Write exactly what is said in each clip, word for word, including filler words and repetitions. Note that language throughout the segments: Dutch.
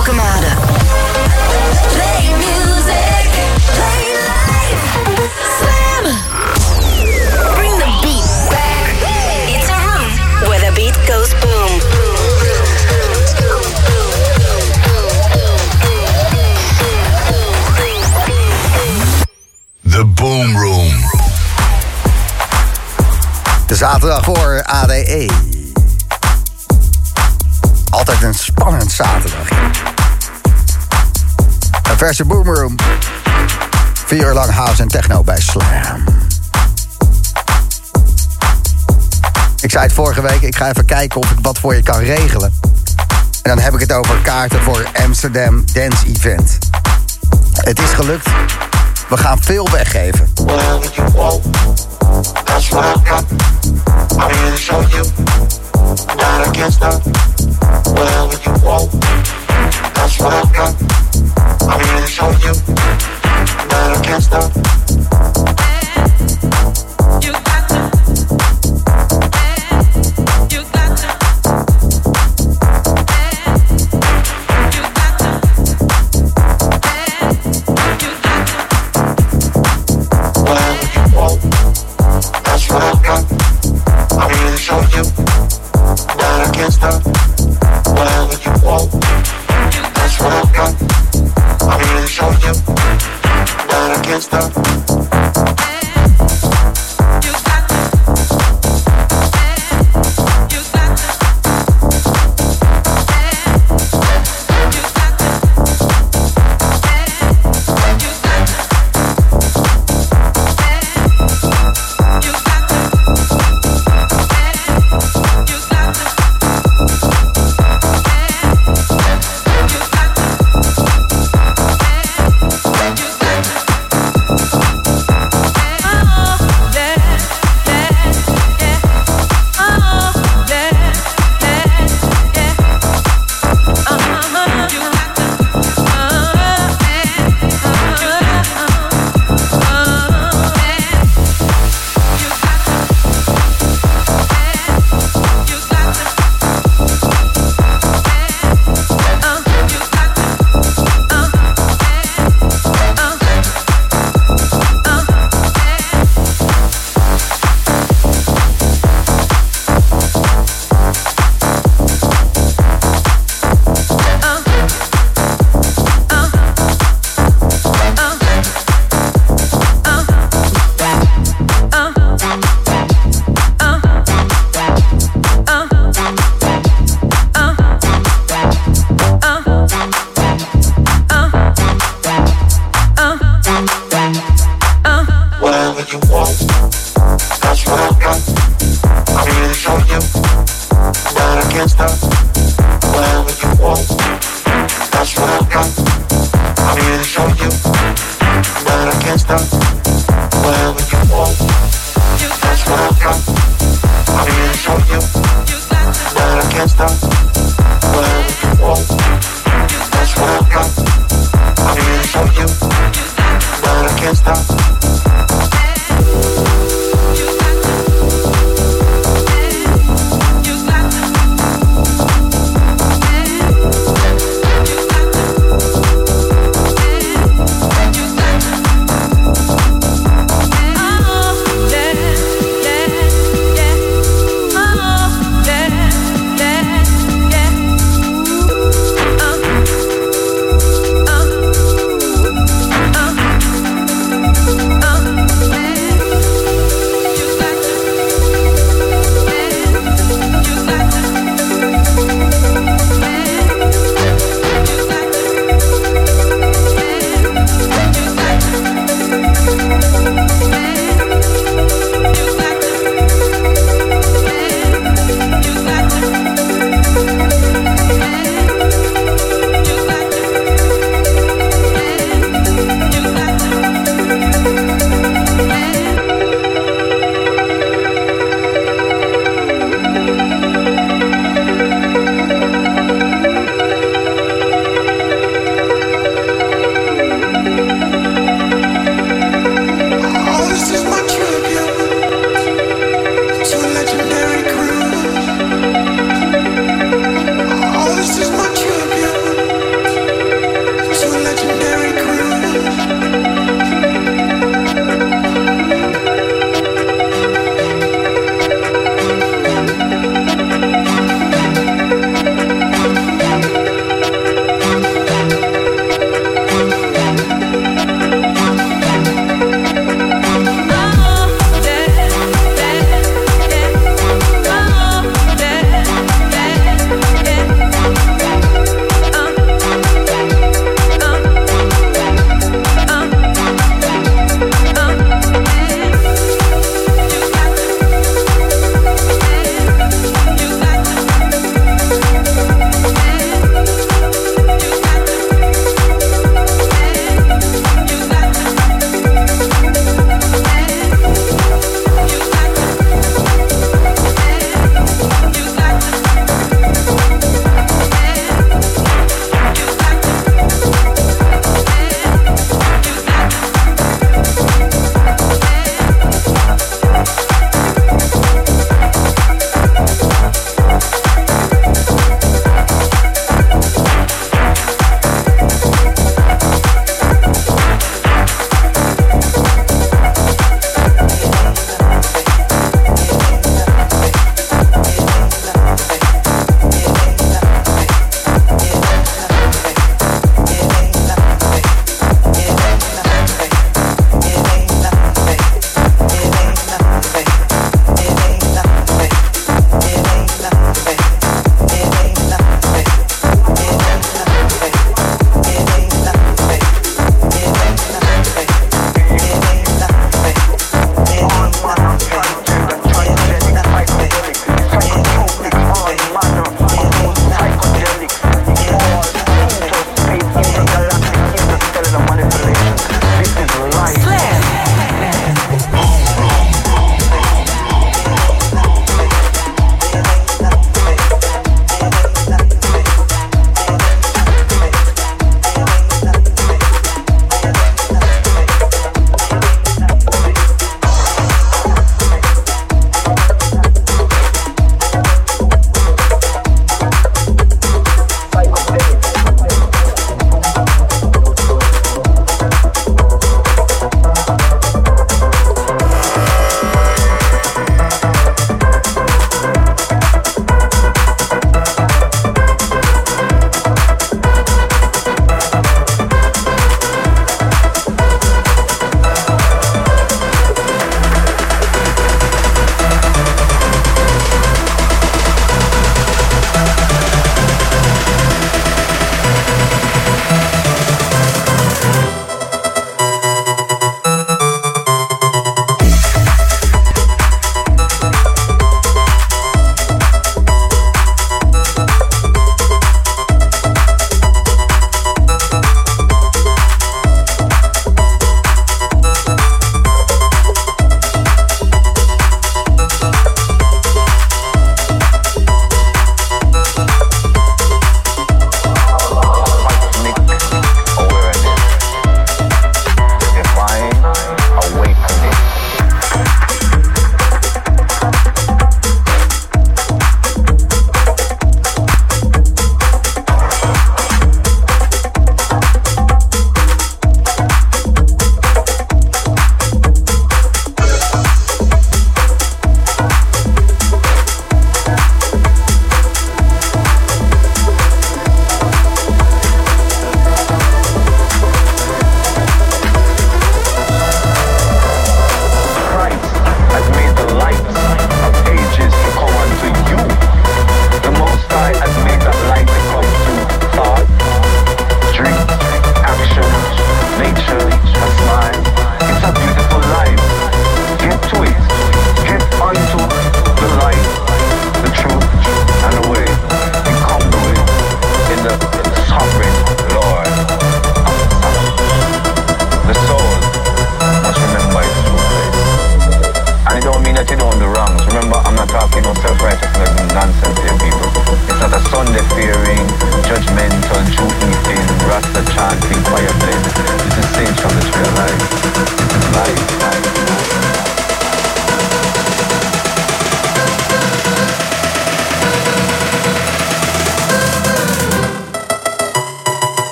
Torquemada. Play music, play life. Slam. Bring the beat back. It's a room where the beat goes boom. The Boom Room. De zaterdag voor A D E. Altijd een spannend zaterdag. Een verse Boom Room. Vier uur lang house en techno bij Slam. Ik zei het vorige week, ik ga even kijken of ik wat voor je kan regelen. En dan heb ik het over kaarten voor Amsterdam Dance Event. Het is gelukt. We gaan veel weggeven. That's what I got. I'm here to show you that I can't stop. Wherever you want, that's what I got. I'm here to show you that I can't stop. You got to. You got to. You got to. You got to. Wherever you want. That's what I got. I'm here to show you that I can't stop. Whatever you want. That's what I got. I'm here to show you that I can't stop. You got to. You got to. You got to. You got to.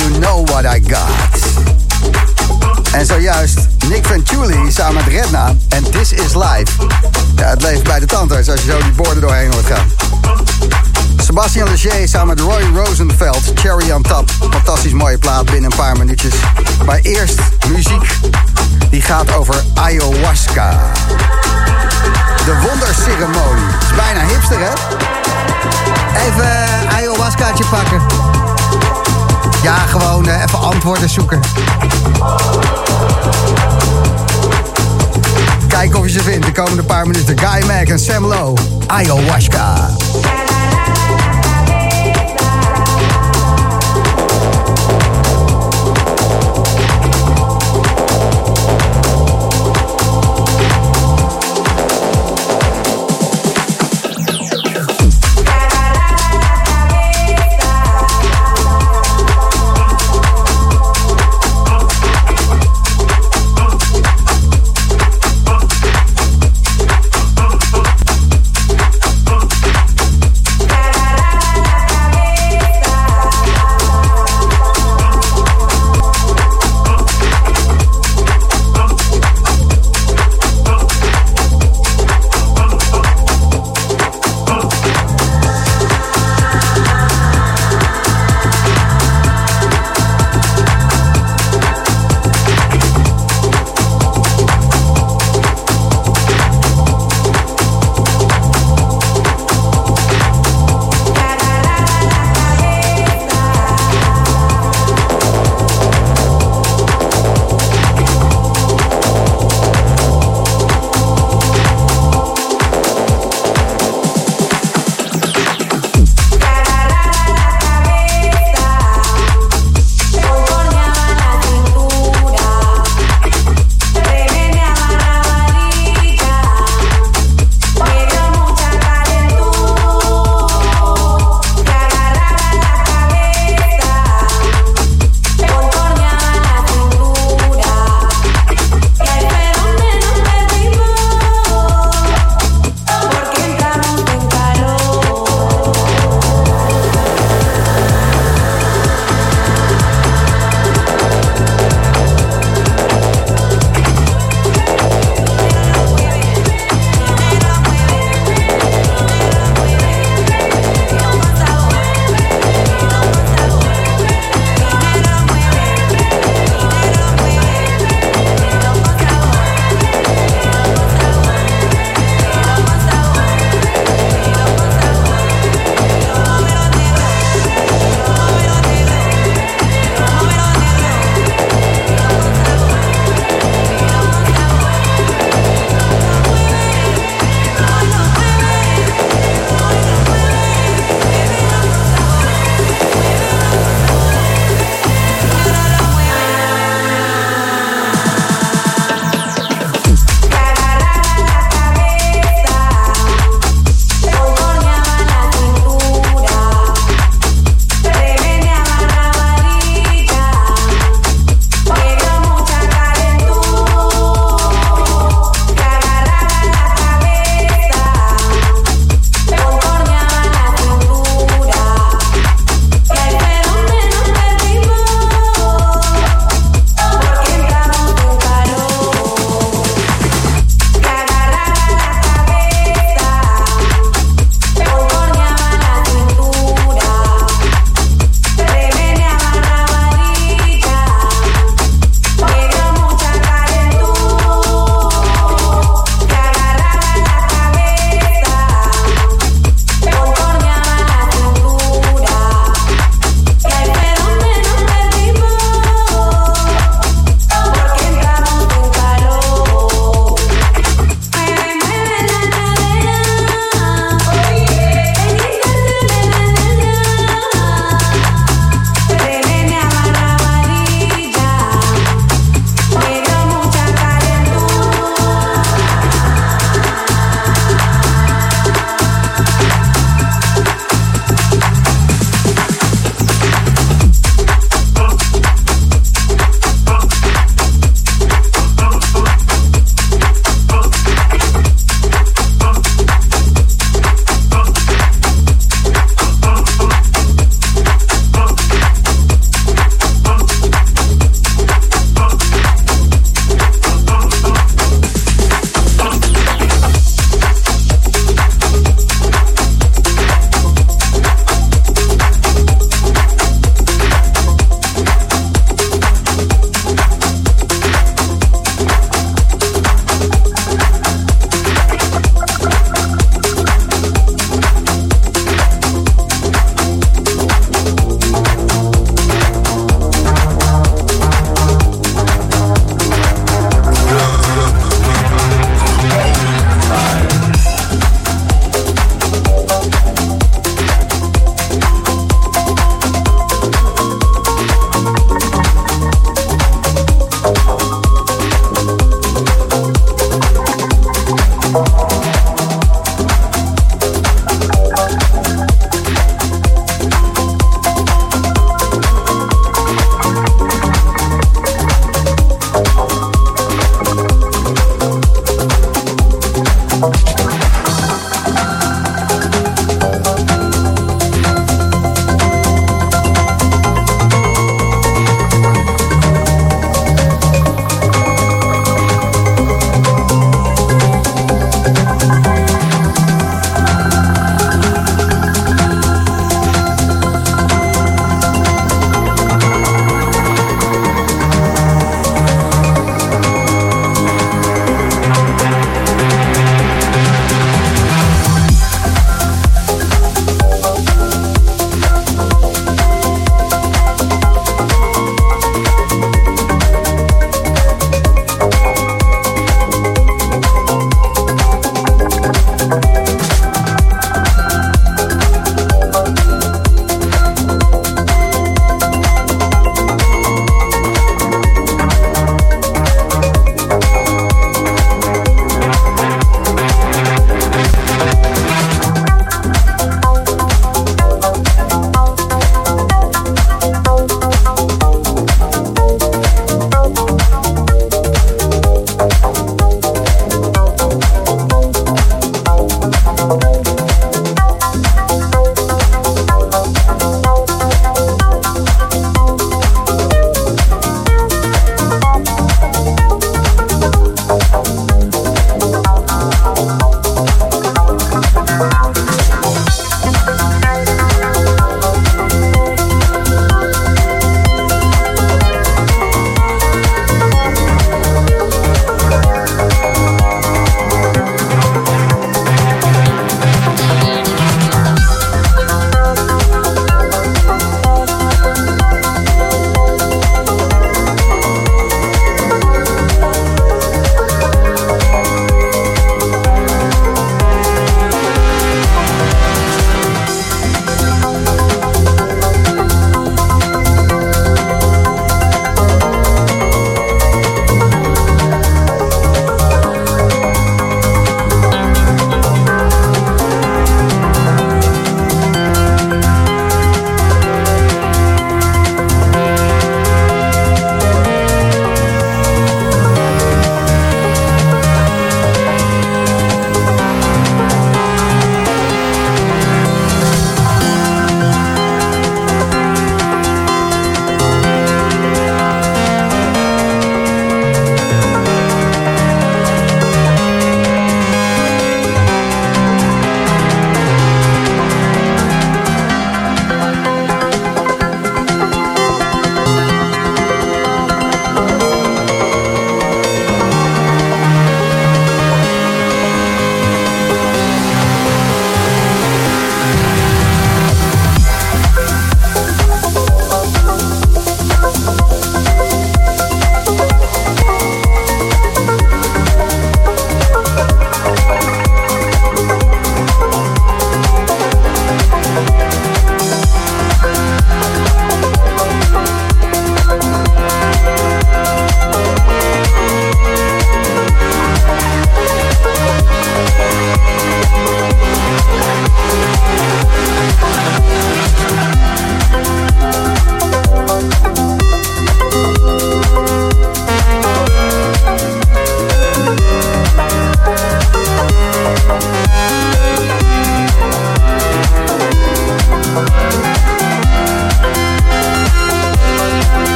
You Know What I Got. En zojuist Nick Venturi samen met Redna en This Is Life. Ja, het leeft bij de tandarts als je zo die borden doorheen hoort gaan. Sebastian Leger samen met Roy Rosenfeld, Cherry on Top. Fantastisch mooie plaat binnen een paar minuutjes. Maar eerst muziek die gaat over ayahuasca. De wonderceremonie. Het is bijna hipster, hè? Even een ayahuascaatje pakken. Ja, gewoon uh, even antwoorden zoeken. Kijk of je ze vindt de komende paar minuten. Guy Mac en Sam Lowe. Ayahuasca.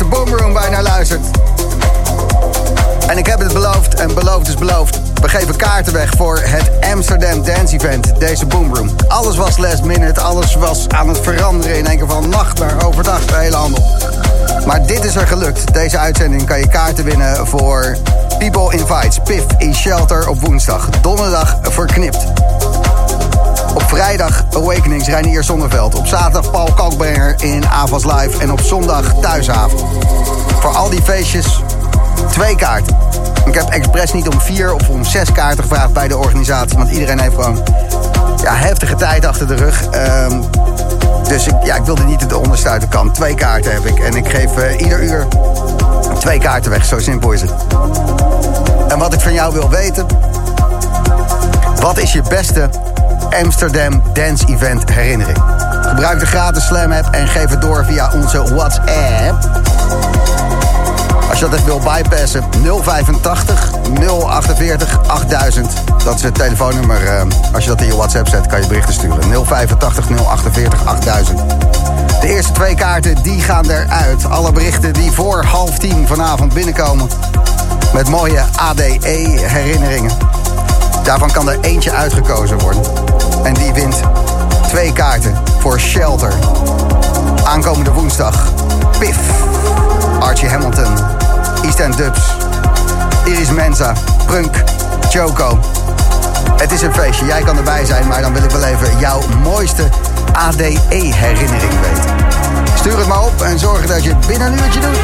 Boomroom waar je naar luistert. En ik heb het beloofd en beloofd is beloofd. We geven kaarten weg voor het Amsterdam Dance Event, deze Boomroom. Alles was last minute, alles was aan het veranderen in één keer van nacht naar overdag, de hele handel. Maar dit is er gelukt. Deze uitzending kan je kaarten winnen voor People Invites, Piff in Shelter op woensdag. Donderdag Verknipt. Op vrijdag Awakenings Reinier Zonneveld. Op zaterdag Paul Kalkbrenger in Avas Live. En op zondag Thuishaven. Voor al die feestjes twee kaarten. Ik heb expres niet om vier of om zes kaarten gevraagd bij de organisatie. Want iedereen heeft gewoon ja, heftige tijd achter de rug. Um, dus ik, ja, ik wilde niet de onderste uit de kant. Twee kaarten heb ik. En ik geef uh, ieder uur twee kaarten weg. Zo simpel is het. En wat ik van jou wil weten. Wat is je beste Amsterdam Dance Event herinnering? Gebruik de gratis Slam app en geef het door via onze WhatsApp. Als je dat even wil bypassen, nul vijfentachtig nul achtenveertig achttduizend. Dat is het telefoonnummer. Uh, als je dat in je WhatsApp zet, kan je berichten sturen. nul vijfentachtig nul achtenveertig achttduizend. De eerste twee kaarten, die gaan eruit. Alle berichten die voor half tien vanavond binnenkomen. Met mooie A D E-herinneringen. Daarvan kan er eentje uitgekozen worden. En die wint twee kaarten voor Shelter. Aankomende woensdag. Piff. Archie Hamilton. East End Dubs. Iris Mensa. Prunk. Choco. Het is een feestje. Jij kan erbij zijn. Maar dan wil ik wel even jouw mooiste A D E-herinnering weten. Stuur het maar op en zorg dat je het binnen een uurtje doet.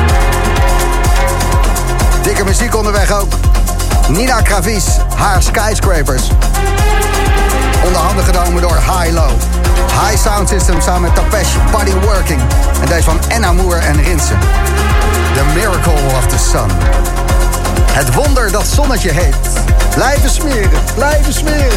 Dikke muziek onderweg ook. Nina Kravis, haar Skyscrapers. Onder handen genomen door High Low. High Sound System samen met Tapesh, Body Working. En deze van Enna Moore en Rinsen. The Miracle of the Sun. Het wonder dat zonnetje heet. Blijven smeren, blijven smeren.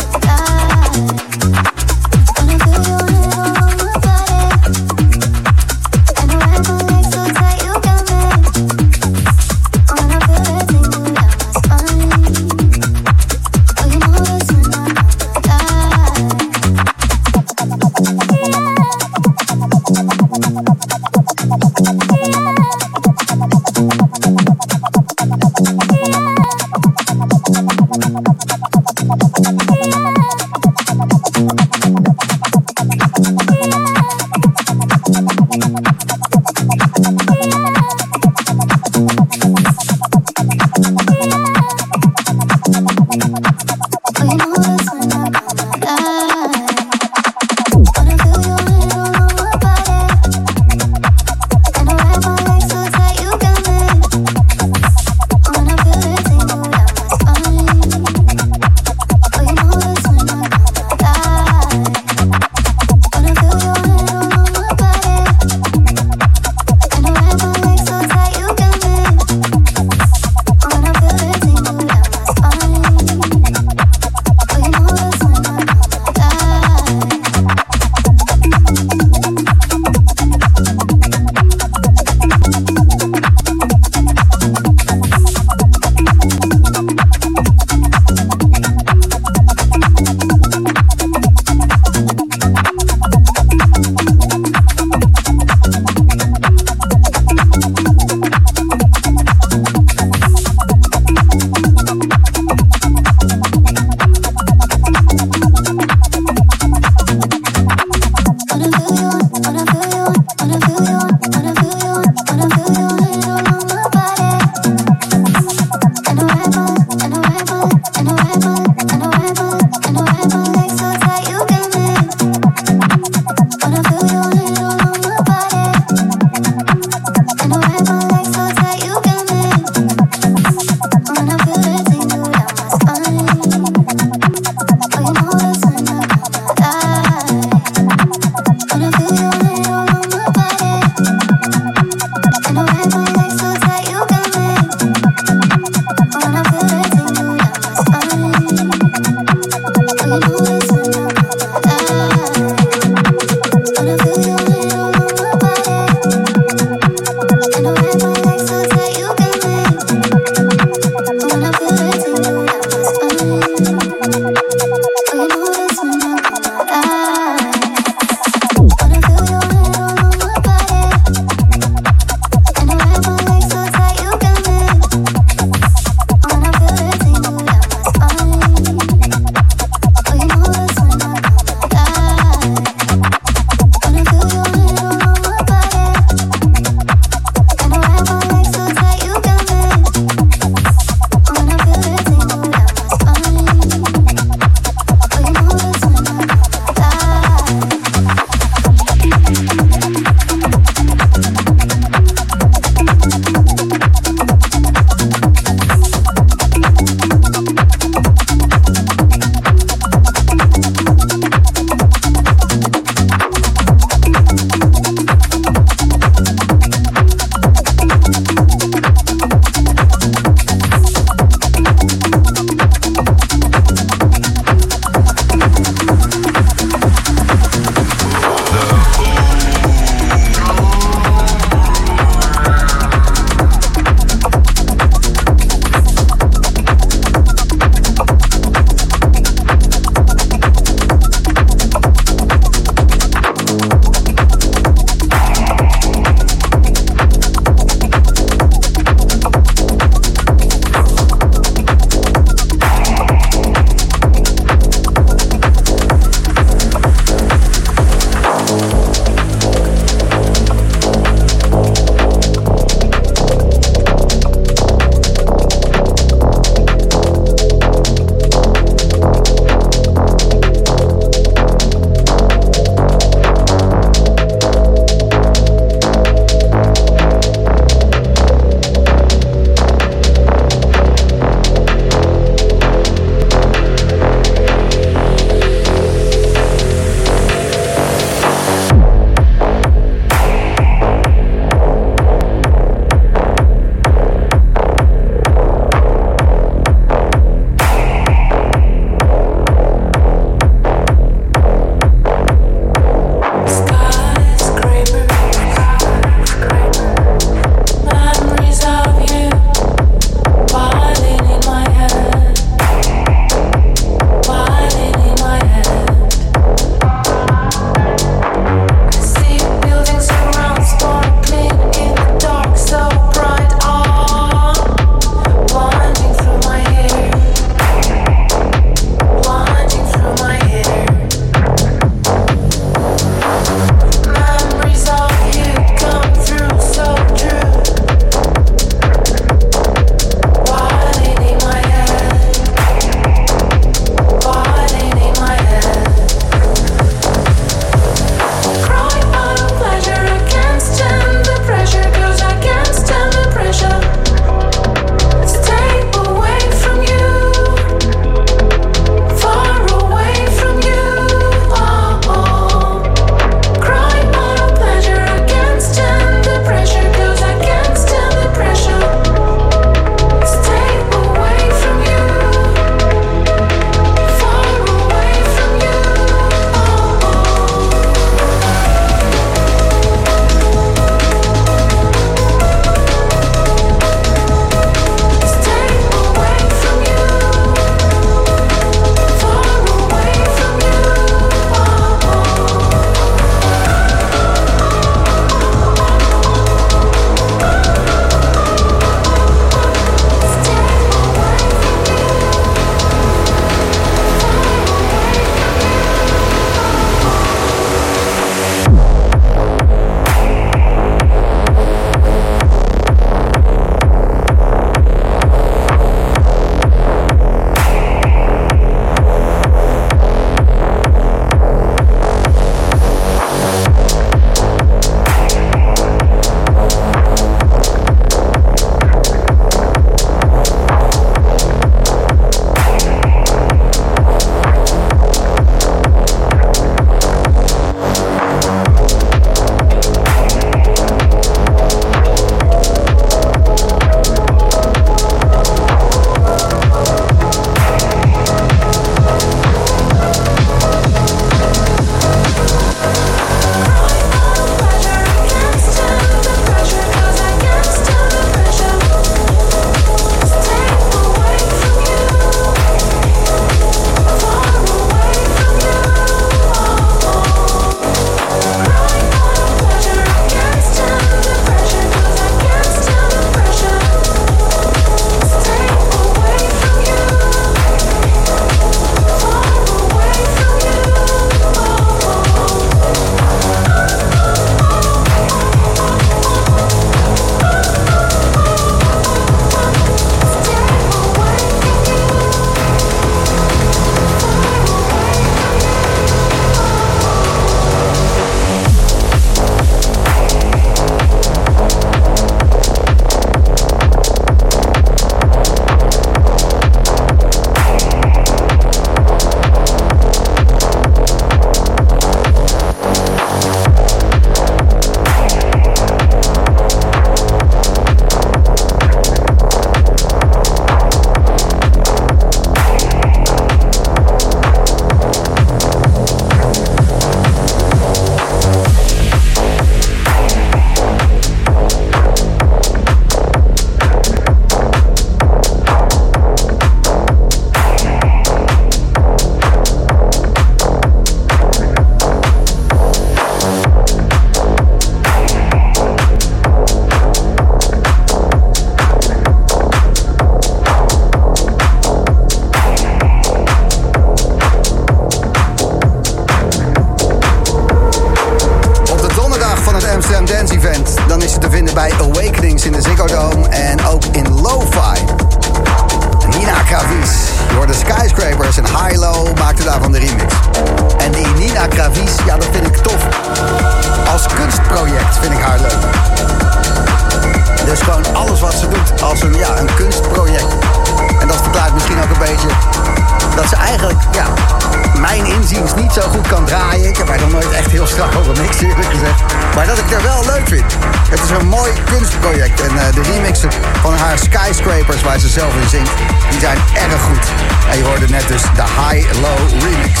Jeans niet zo goed kan draaien. Ik heb haar nog nooit echt heel strak over mixen, eerlijk gezegd. Maar dat ik het er wel leuk vind. Het is een mooi kunstproject. En uh, de remixen van haar Skyscrapers, waar ze zelf in zingt, die zijn erg goed. En je hoorde net dus de High-Low remix.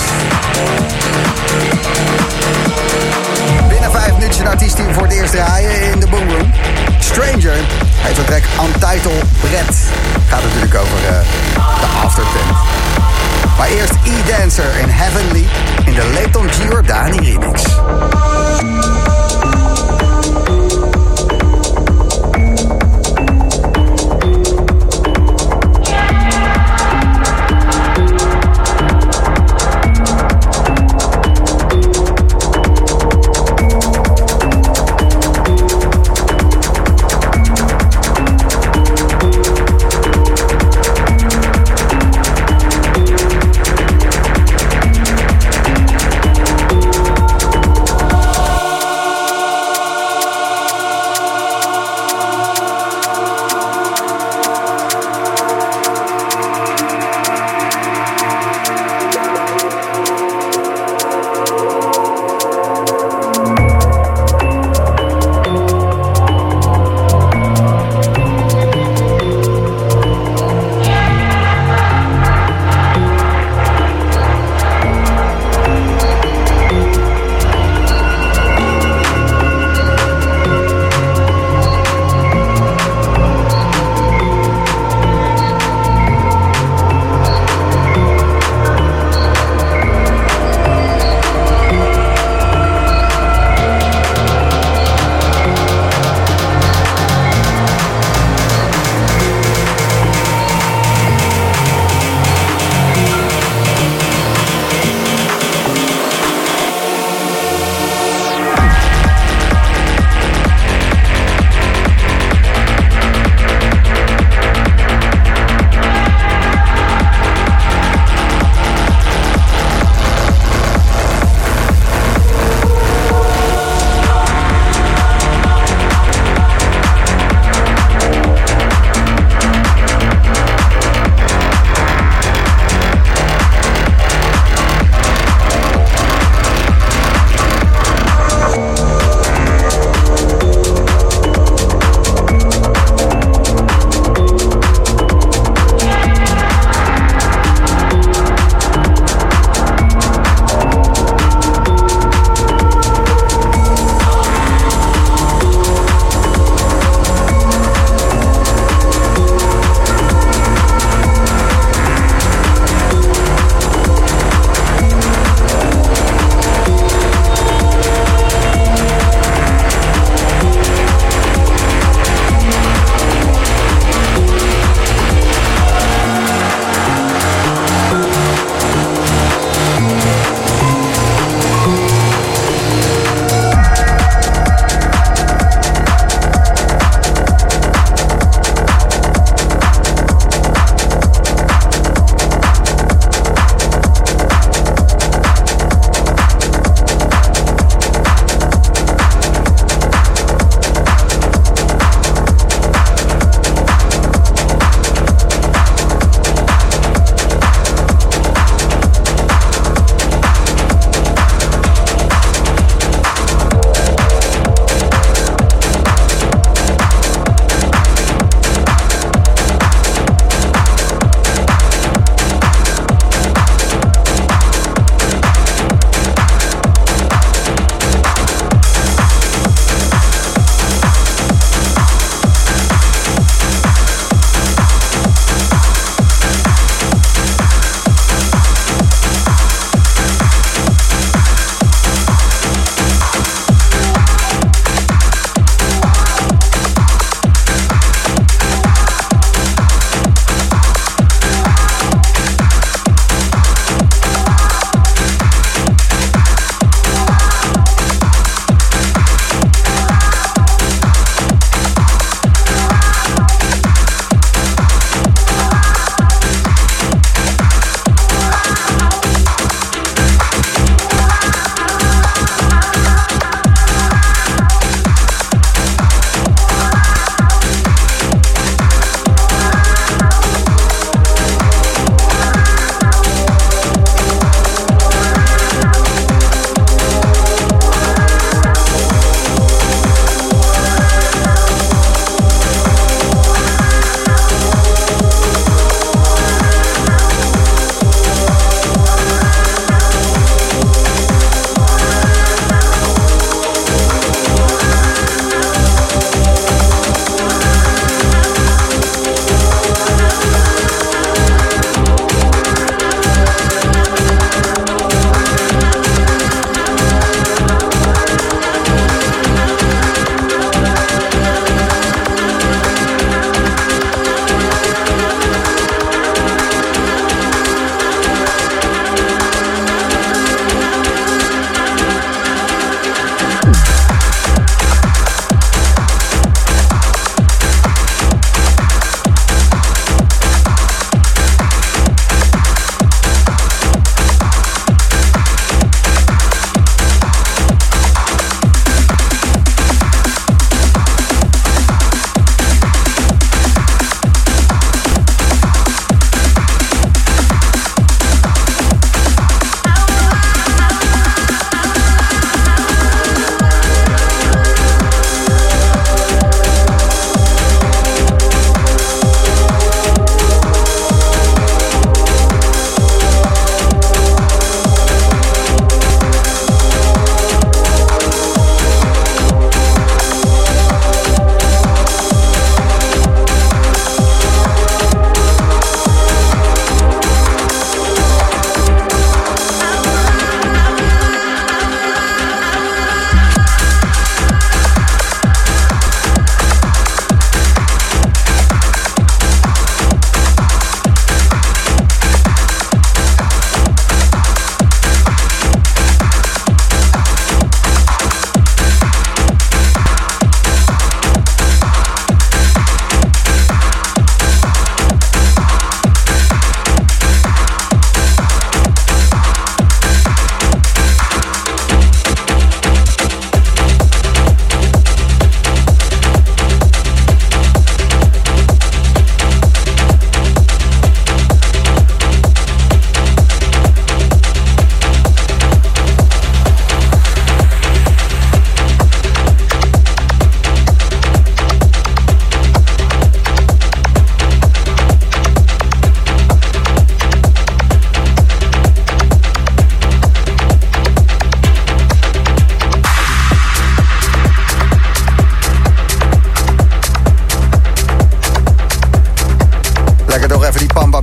Binnen vijf minuten een artiest die we voor het eerst draaien in de Boom Room. Stranger heeft de track Untitled Brett. Gaat natuurlijk over uh, de aftertent. Maar eerst E-Dancer en Heavenly in de Leighton Giordani remix.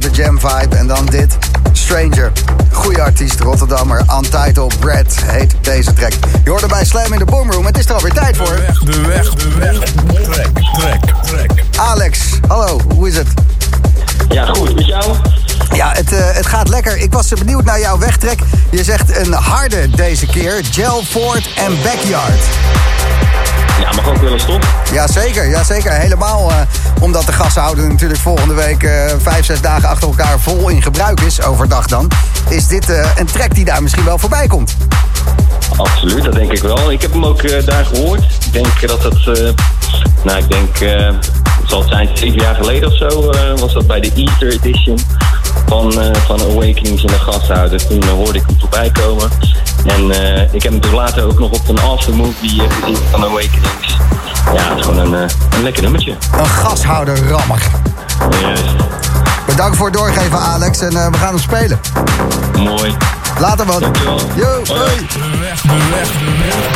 de jam vibe. En dan dit, Stranger. Goeie artiest, Rotterdammer. Untitled Brad heet deze track. Je hoort erbij Slam in de Boomroom. Het is er alweer tijd voor. De weg, de weg, trek, trek, trek. Alex, hallo, hoe is het? Ja, goed. Met jou? Ja, het, uh, het gaat lekker. Ik was benieuwd naar jouw wegtrek. Je zegt een harde deze keer. Gelford en Backyard. Ja, mag ook wel eens, toch? Jazeker, jazeker. Helemaal uh, omdat de gashouder natuurlijk volgende week uh, vijf, zes dagen achter elkaar vol in gebruik is, overdag dan. Is dit uh, een track die daar misschien wel voorbij komt? Absoluut, dat denk ik wel. Ik heb hem ook uh, daar gehoord. Ik denk dat het, uh, nou ik denk, uh, het zal het zijn zeven jaar geleden of zo, uh, was dat bij de Easter edition van, uh, van Awakenings in de gashouder. Toen uh, hoorde ik hem voorbij komen. En uh, ik heb hem toen later ook nog op een aftermovie uh, gezien van Awakenings. Ja, het is gewoon een, uh, een lekker nummertje. Een gashouder rammer. Juist. Bedankt voor het doorgeven, Alex. En uh, we gaan hem spelen. Mooi. Later, man. Dankjewel. Yo, hoi. De weg, de weg, de weg.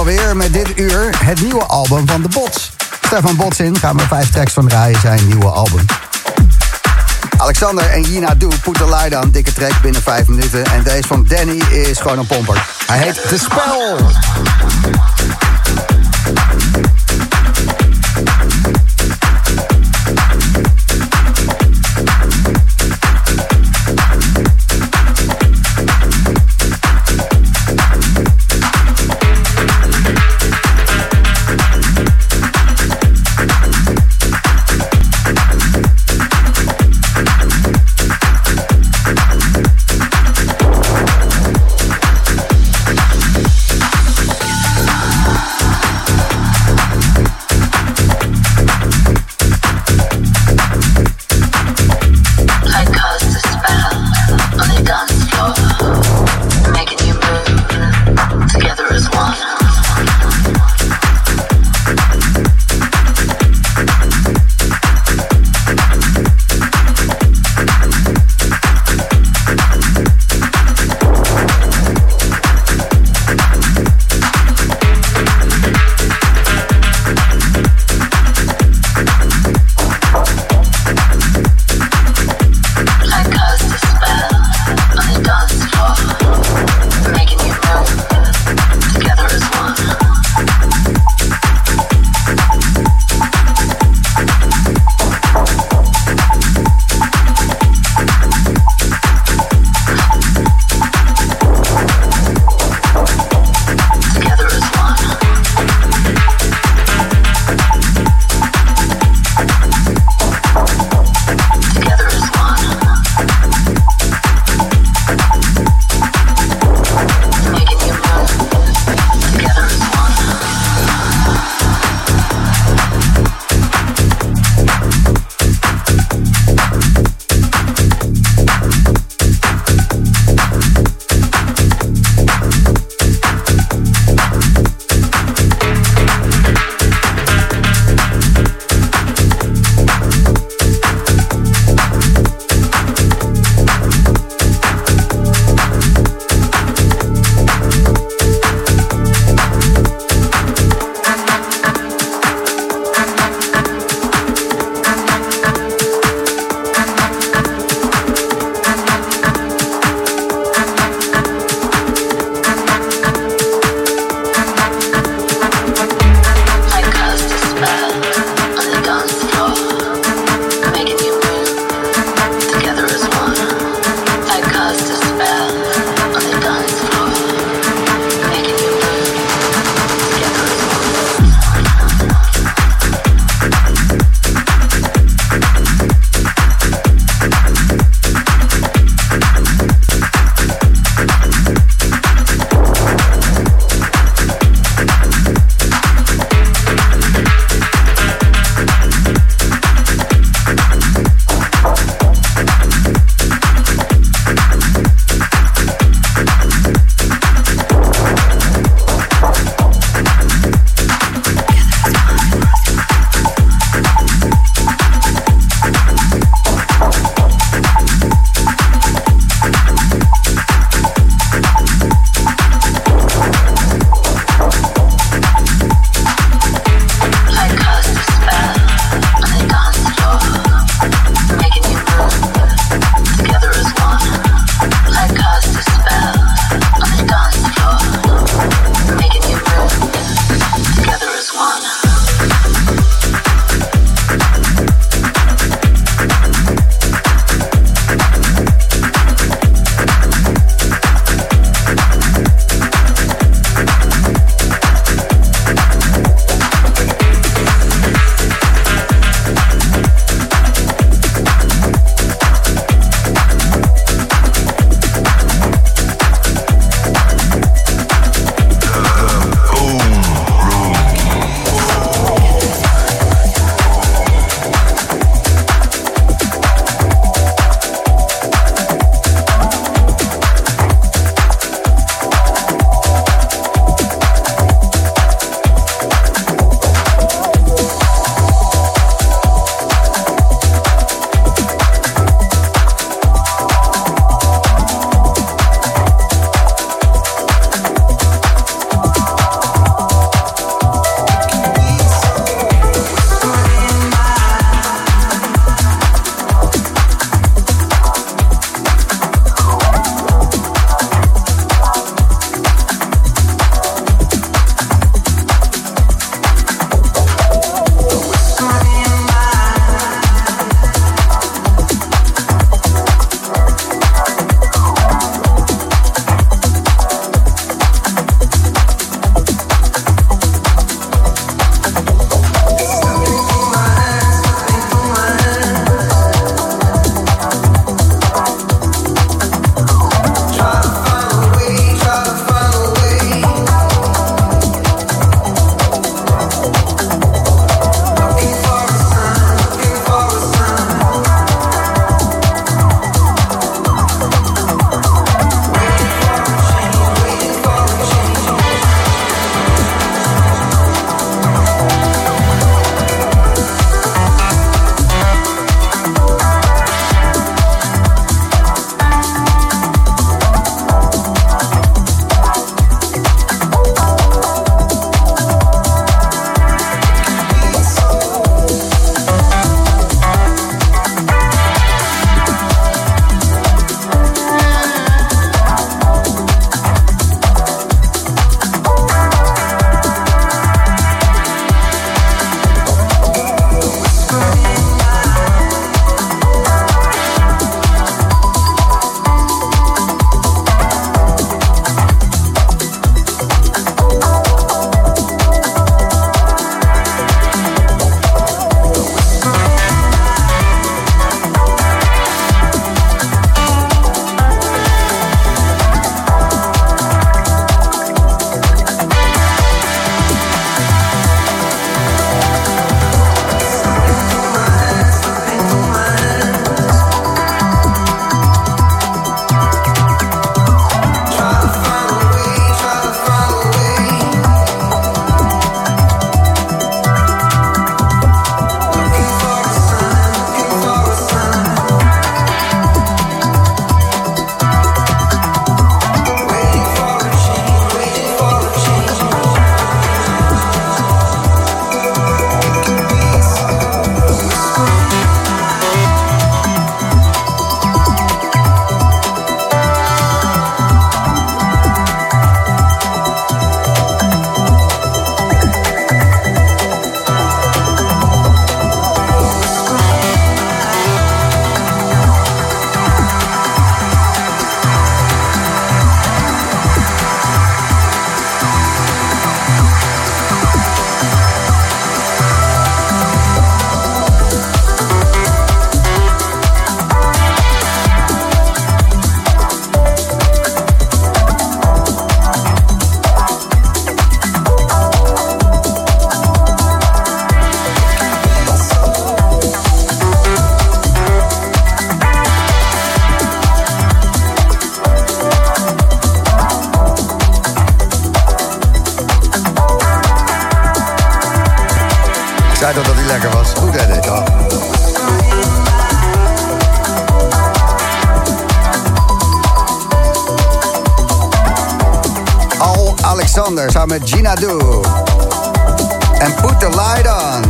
alweer met dit uur het nieuwe album van de Bots. Stefan Botsin gaan we vijf tracks van draaien, zijn nieuwe album. Alexander en Jina Doe, Put the Light On, dikke track binnen vijf minuten. En deze van Danny is gewoon een pomper. Hij heet The Spell. Alexander samen met Gina Do. En Put the Light On.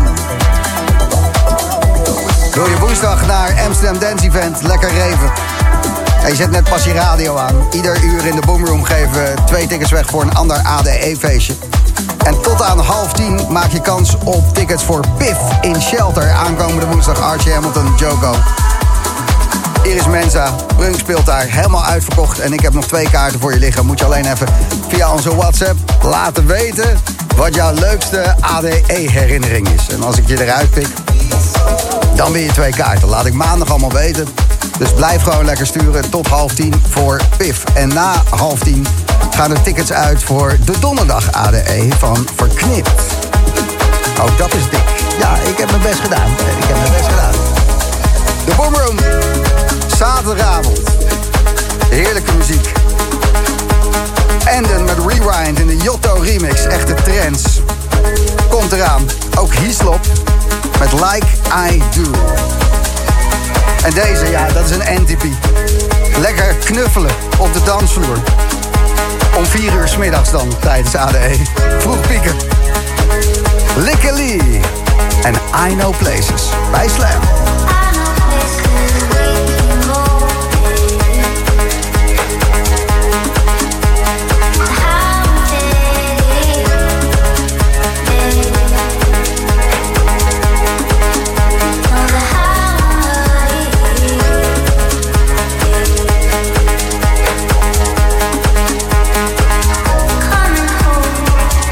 Wil je woensdag naar Amsterdam Dance Event lekker reven? En je zet net pas je radio aan. Ieder uur in de Boomroom geven we twee tickets weg voor een ander A D E-feestje. En tot aan half tien maak je kans op tickets voor Piff in Shelter. Aankomende woensdag Archie Hamilton, Joko. Iris Mensa, Brunk speelt daar, helemaal uitverkocht. En ik heb nog twee kaarten voor je liggen. Moet je alleen even via onze WhatsApp laten weten wat jouw leukste A D E-herinnering is. En als ik je eruit pik, dan win je twee kaarten. Laat ik maandag allemaal weten. Dus blijf gewoon lekker sturen tot half tien voor Piff. En na half tien gaan er tickets uit voor de donderdag A D E van Verknipt. Ook dat is dik. Ja, ik heb mijn best gedaan. Ik heb mijn best gedaan. De Boomroom. Zaterdagavond. Heerlijke muziek. Enden met Rewind in de Jotto remix. Echte trends. Komt eraan. Ook Hislop met Like I Do. En deze, ja, dat is een N T P. Lekker knuffelen op de dansvloer. Om vier uur 's middags dan, tijdens A D E. Vroeg pieken. Likke Lee. En I Know Places. Bij Slam.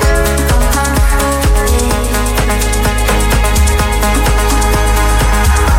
Coming home.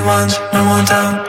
once, no more down.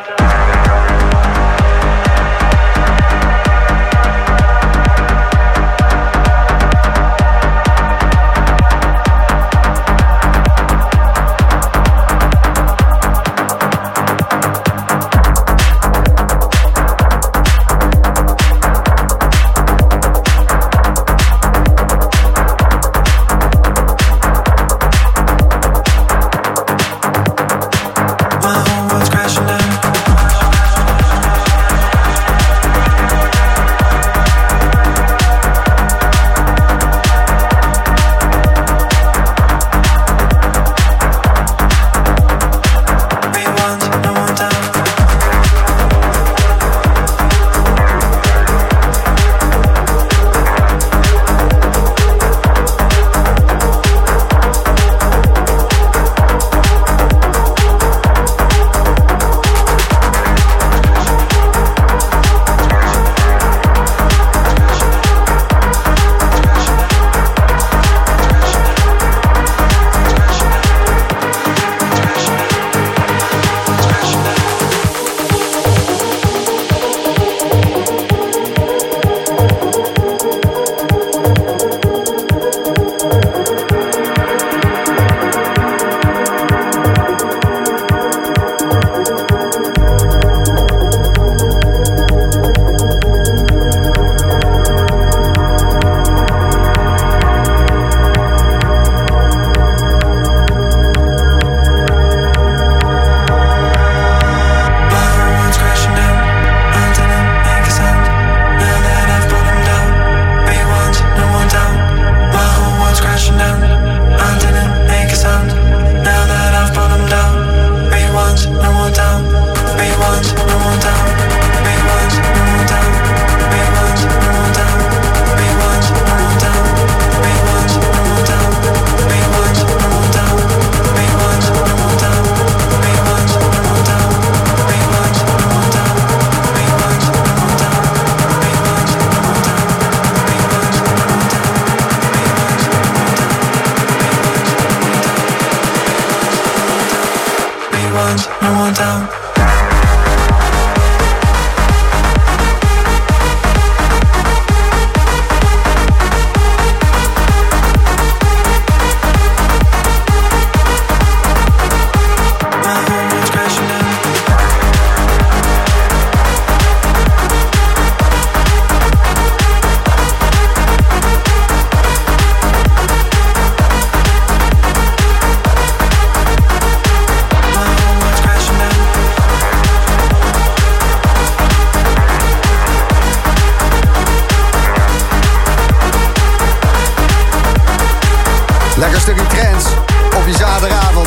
Lekker stukje trance op je zaterdagavond.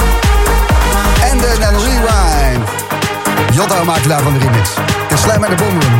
En de en rewind. Jotto maakt daarvan de remix. De Slam en de Boomroom.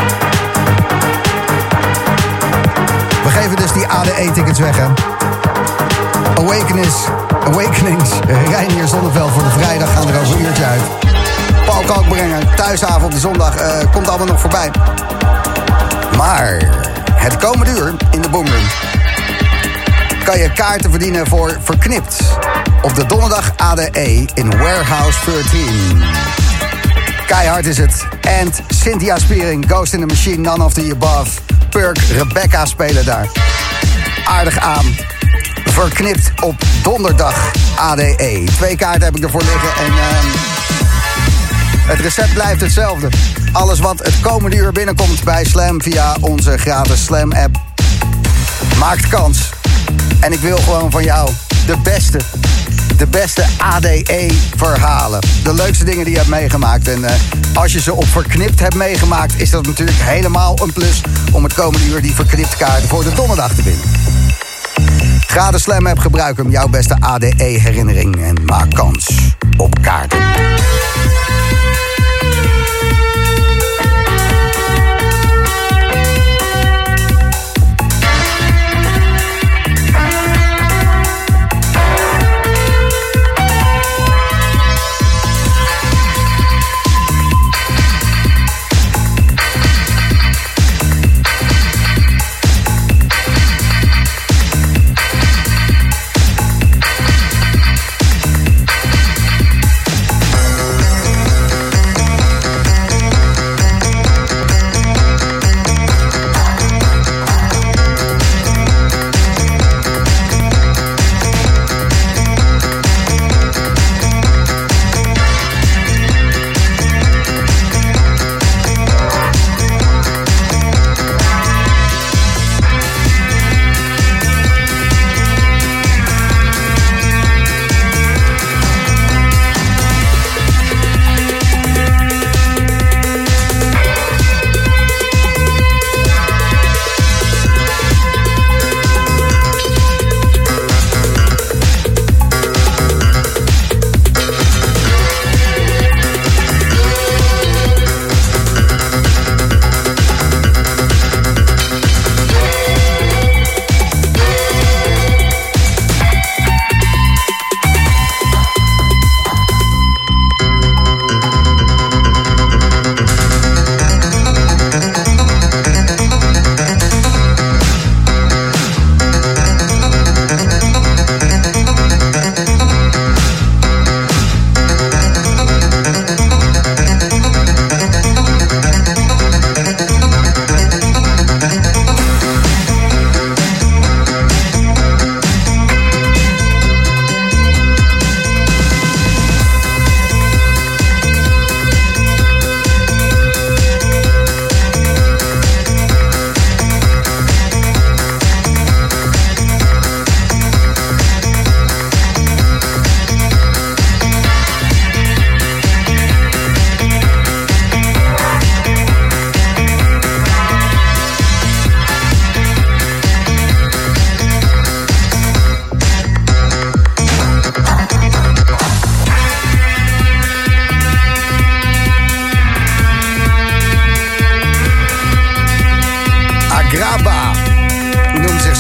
We geven dus die A D E-tickets weg, hè. Awakenings, Awakenings, Reinier Zonneveld voor de vrijdag gaan er over een uurtje uit. Paul Kalkbrenger, thuisavond op de zondag, uh, komt allemaal nog voorbij. Maar het komende uur in de Boomroom kan je kaarten verdienen voor Verknipt op de donderdag A D E in Warehouse dertien. Keihard is het. And Cynthia Spiering, Ghost in the Machine, None of the Above, Perk, Rebecca spelen daar. Aardig aan. Verknipt op donderdag A D E. Twee kaarten heb ik ervoor liggen en uh, het recept blijft hetzelfde. Alles wat het komende uur binnenkomt bij Slam via onze gratis Slam app maakt kans. En ik wil gewoon van jou de beste, de beste A D E-verhalen. De leukste dingen die je hebt meegemaakt. En uh, als je ze op Verknipt hebt meegemaakt, is dat natuurlijk helemaal een plus om het komende uur die Verknipt kaarten voor de donderdag te winnen. Ga de Slam app gebruiken, jouw beste A D E-herinnering en maak kans op kaarten.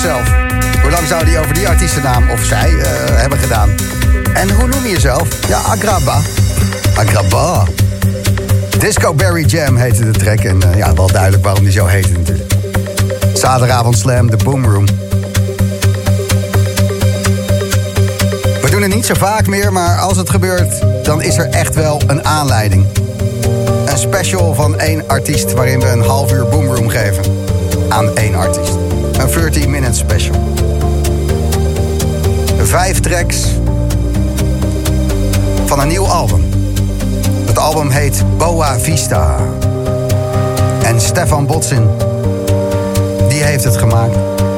zelf? Hoe lang zou die over die artiestennaam of zij uh, hebben gedaan? En hoe noem je jezelf? Ja, Agraba. Agraba. Disco Berry Jam heette de track. En uh, ja, wel duidelijk waarom die zo heette natuurlijk. Zaterdagavond Slam, de Boomroom. We doen het niet zo vaak meer, maar als het gebeurt, dan is er echt wel een aanleiding. Een special van één artiest waarin we een half uur Boomroom geven aan één artiest. Een dertig minute special. Vijf tracks van een nieuw album. Het album heet Boa Vista. En Stefan Botsin, die heeft het gemaakt.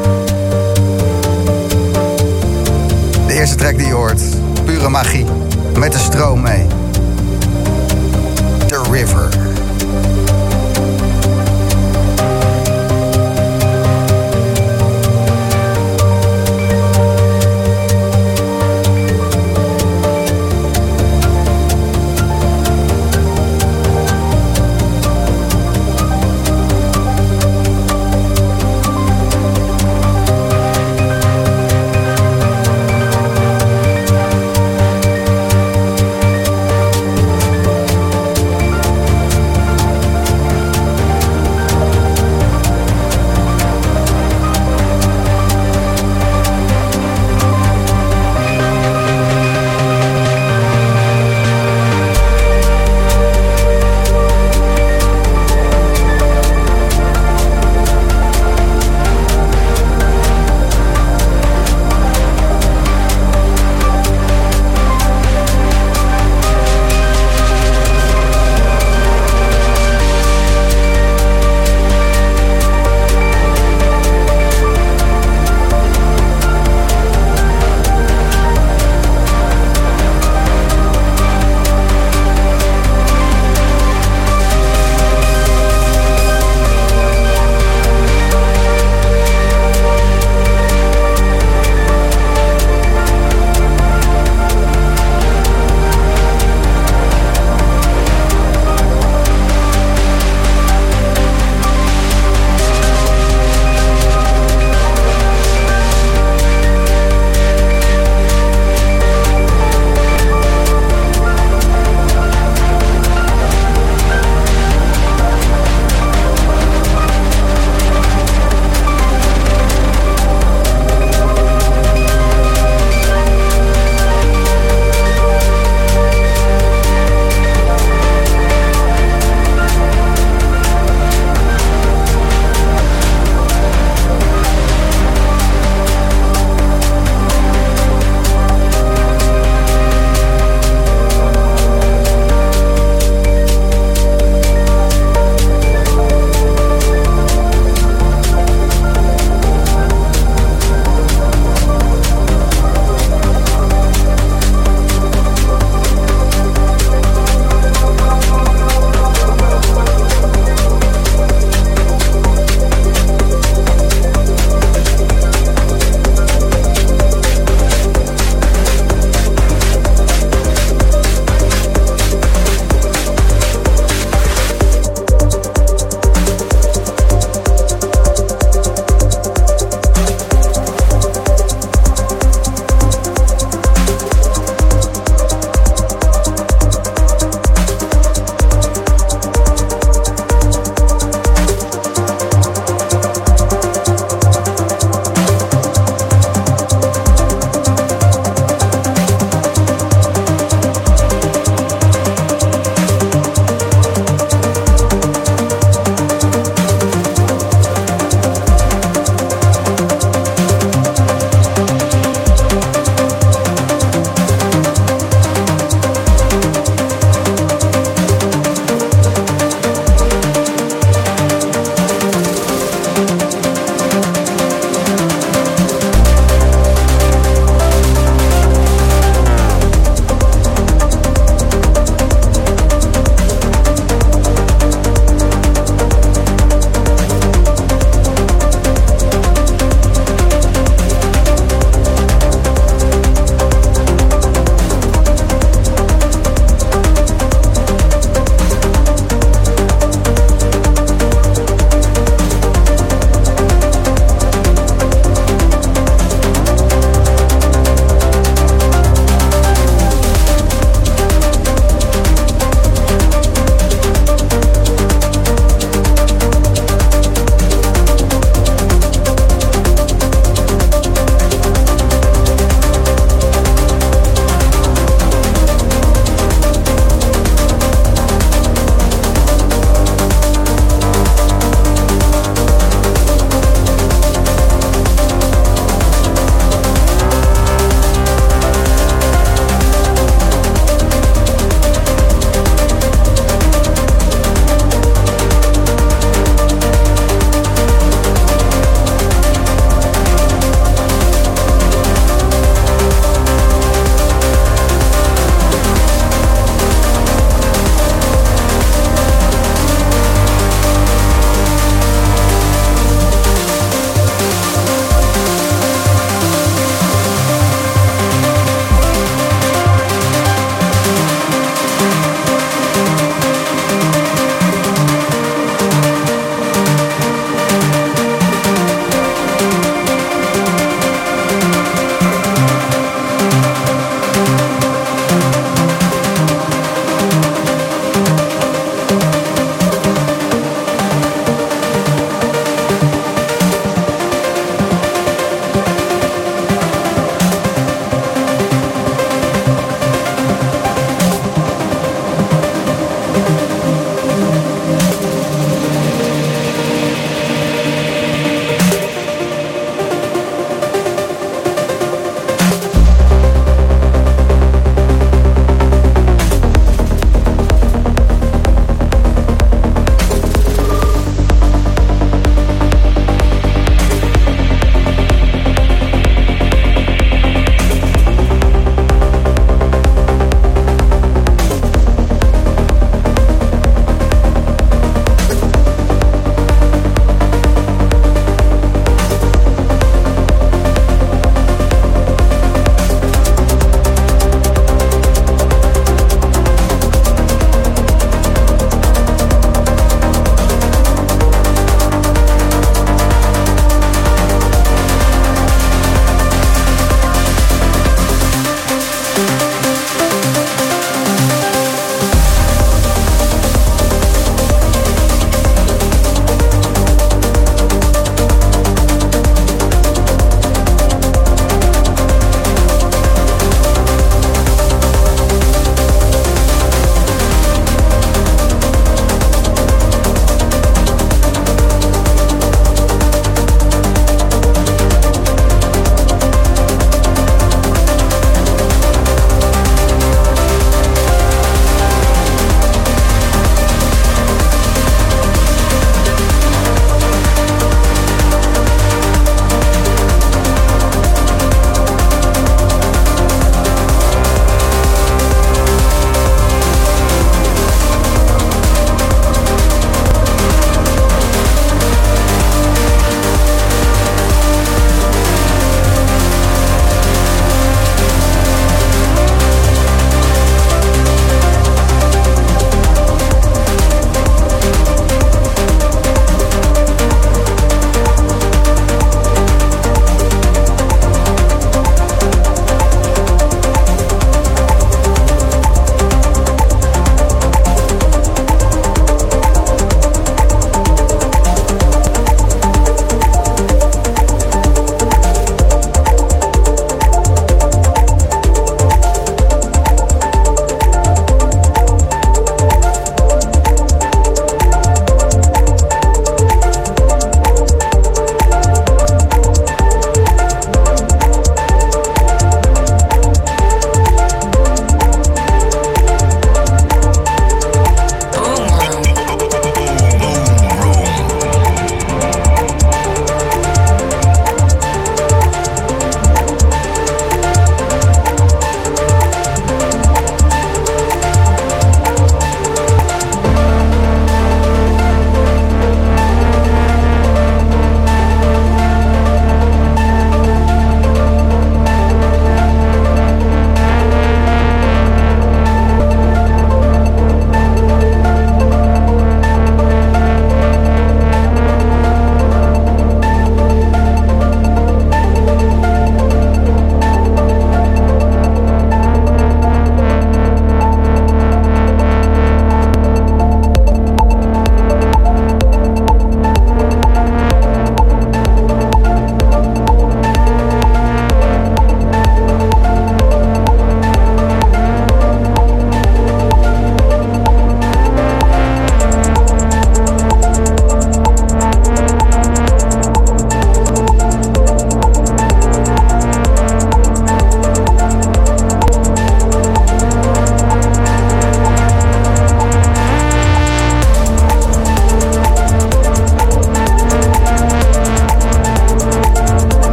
De eerste track die je hoort, pure magie, met de stroom mee. The River.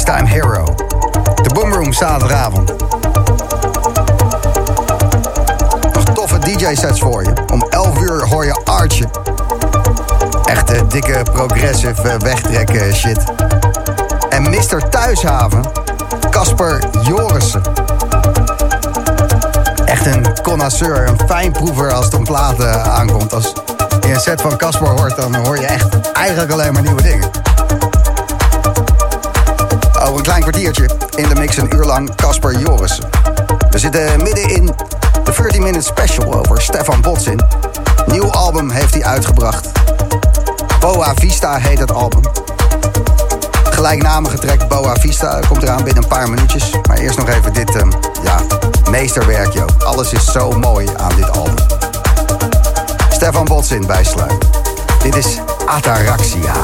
Space-Time Hero. De Boomroom zaterdagavond. Nog toffe D J-sets voor je. Om elf uur hoor je Artje. Echte dikke progressive uh, wegtrekken shit. En mister Thuishaven, Casper Jorissen. Echt een connoisseur, een fijnproever als het om platen aankomt. Als je een set van Casper hoort, dan hoor je echt eigenlijk alleen maar nieuwe dingen. Over een klein kwartiertje in de mix een uur lang Casper Jorissen. We zitten midden in de dertien minute special over Stefan Botzin. Nieuw album heeft hij uitgebracht. Boa Vista heet het album. Gelijknamige track Boa Vista komt eraan binnen een paar minuutjes. Maar eerst nog even dit, um, ja, meesterwerkje ook. Alles is zo mooi aan dit album. Stefan Botzin bij Sluim. Dit is Ataraxia.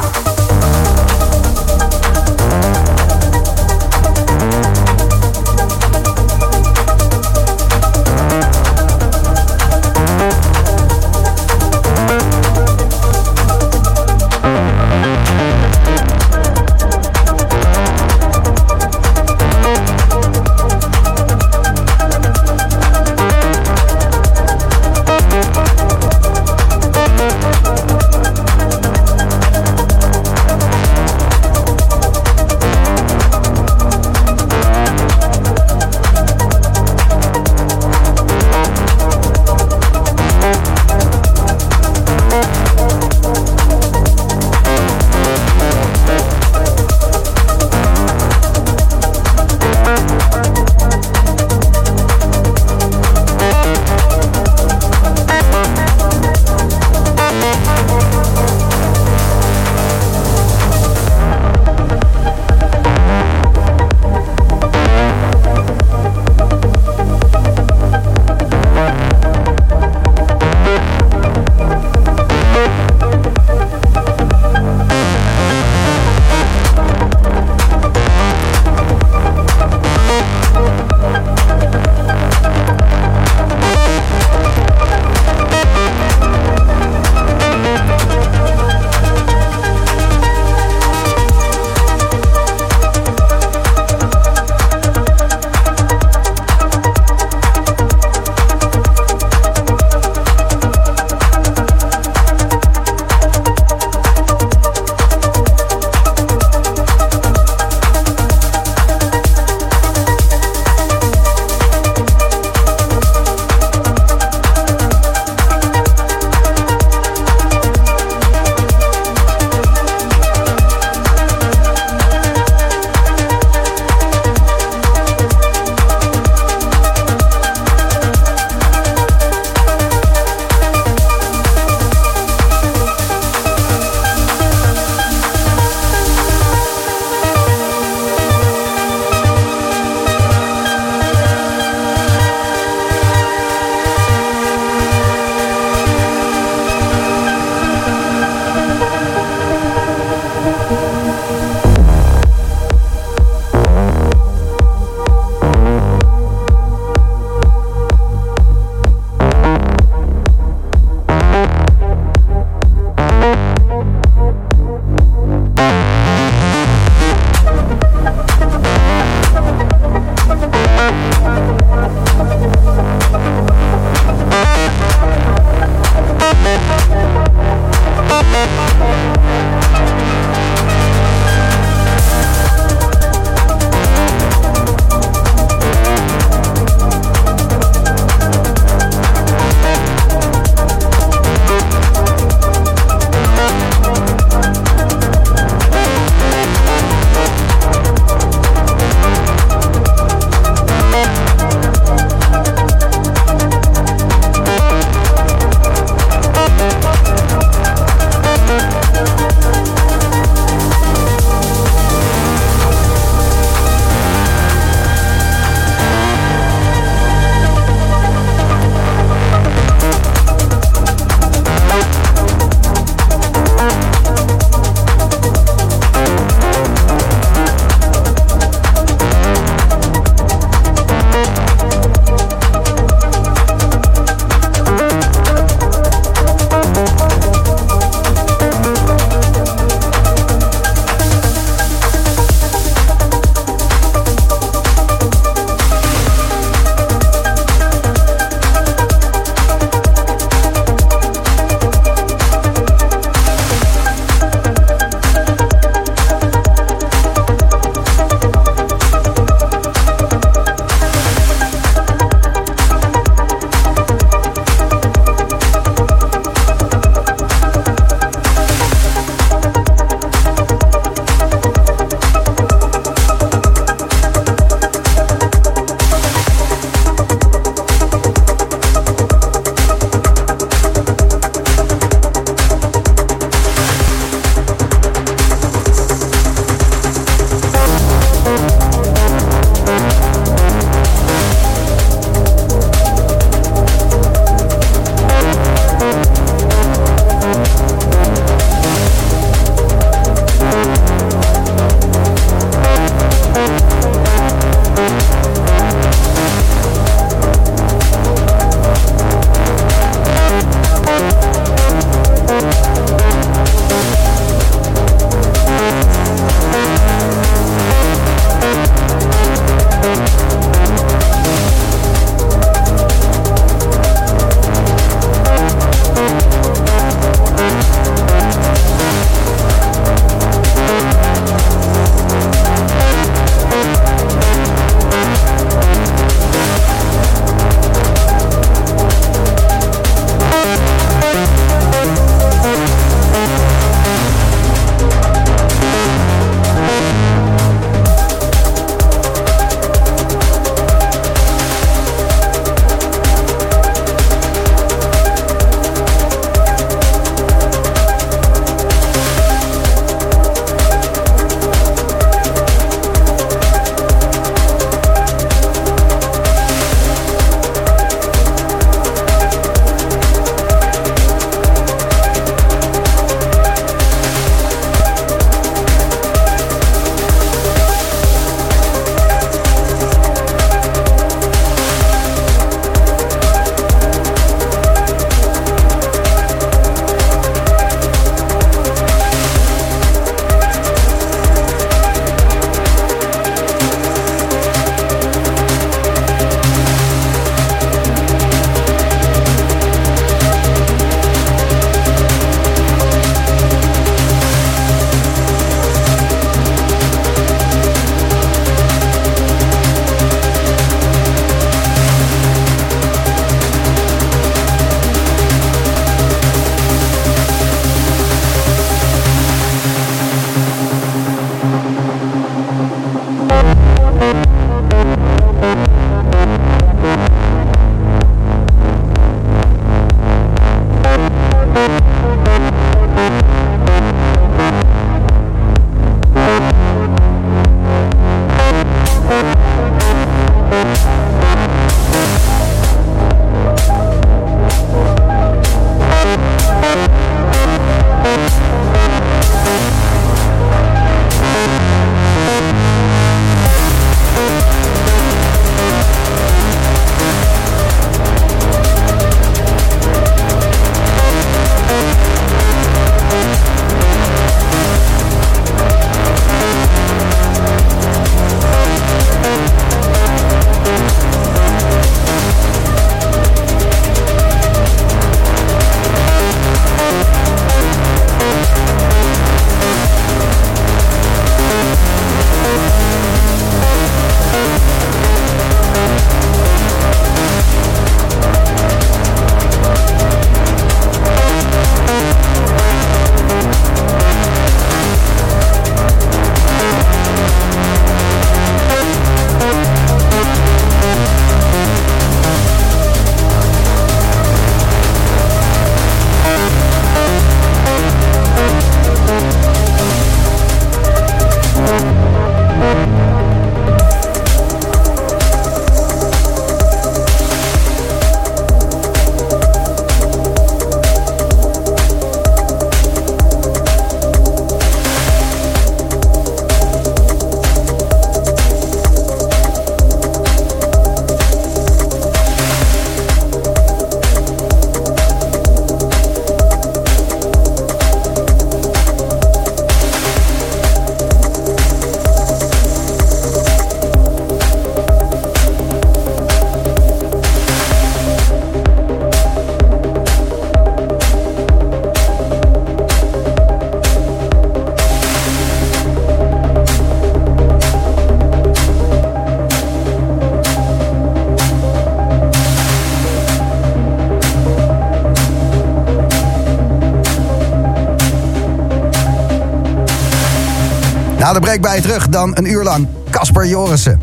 Na de break bij je terug, dan een uur lang Casper Jorissen.